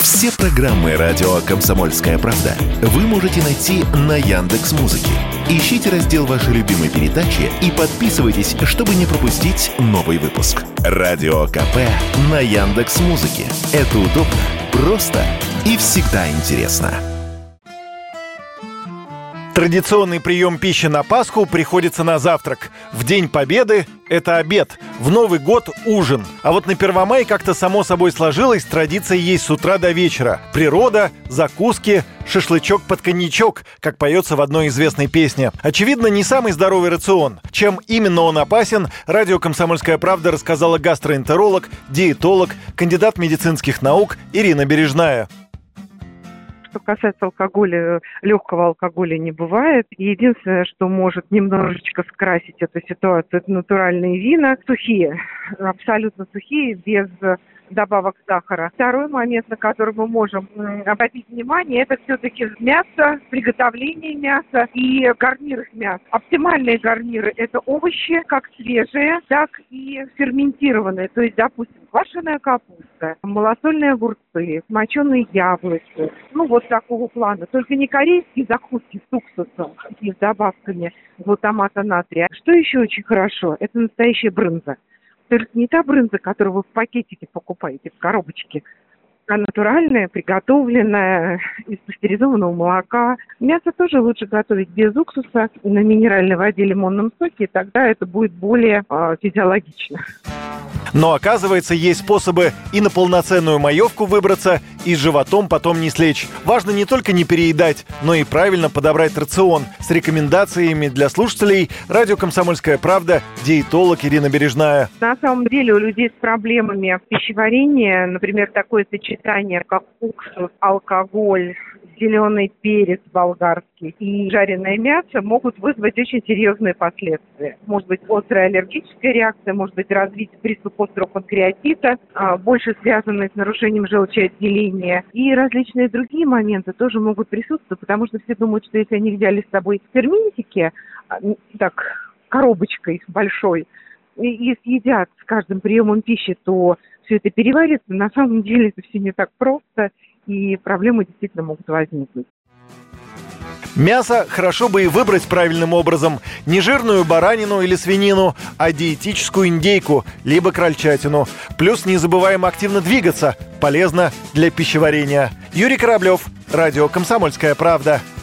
Все программы радио «Комсомольская правда» вы можете найти на Яндекс.Музыке. Ищите раздел вашей любимой передачи и подписывайтесь, чтобы не пропустить новый выпуск. Радио КП на Яндекс.Музыке. Это удобно, просто и всегда интересно. Традиционный прием пищи на Пасху приходится на завтрак. В День Победы – это обед, в Новый год – ужин. А вот на Первомай как-то само собой сложилась традиция есть с утра до вечера. Природа, закуски, шашлычок под коньячок, как поется в одной известной песне. Очевидно, не самый здоровый рацион. Чем именно он опасен, радио «Комсомольская правда» рассказала гастроэнтеролог, диетолог, кандидат медицинских наук Ирина Бережная. Что касается алкоголя, легкого алкоголя не бывает. Единственное, что может немножечко скрасить эту ситуацию, это натуральные вина. Сухие, абсолютно сухие, без добавок сахара. Второй момент, на который мы можем обратить внимание, это все-таки мясо, приготовление мяса и гарниры мяса. Оптимальные гарниры – это овощи, как свежие, так и ферментированные. То есть, допустим, квашеная капуста, малосольные огурцы, моченые яблоки. Вот такого плана. Только не корейские закуски с уксусом и с добавками глутамата натрия. Что еще очень хорошо? Это настоящая брынза. Только не та брынза, которую вы в пакетике покупаете, в коробочке, а натуральная, приготовленная из пастеризованного молока. Мясо тоже лучше готовить без уксуса, на минеральной воде, лимонном соке, и тогда это будет более физиологично. Но оказывается, есть способы и на полноценную маевку выбраться, и с животом потом не слечь. Важно не только не переедать, но и правильно подобрать рацион. С рекомендациями для слушателей радио «Комсомольская правда» диетолог Ирина Бережная. На самом деле у людей с проблемами пищеварения, например, такое сочетание, как уксус, алкоголь, зеленый перец болгарский и жареное мясо могут вызвать очень серьезные последствия. Может быть острая аллергическая реакция, может быть развитие приступа острого панкреатита, больше связанные с нарушением желчеотделения. И различные другие моменты тоже могут присутствовать, потому что все думают, что если они взяли с собой ферментики, так, коробочкой большой, и съедят с каждым приемом пищи, то все это переварится. На самом деле это все не так просто, и проблемы действительно могут возникнуть. Мясо хорошо бы и выбрать правильным образом. Не жирную баранину или свинину, а диетическую индейку, либо крольчатину. Плюс не забываем активно двигаться. Полезно для пищеварения. Юрий Кораблев, радио «Комсомольская правда».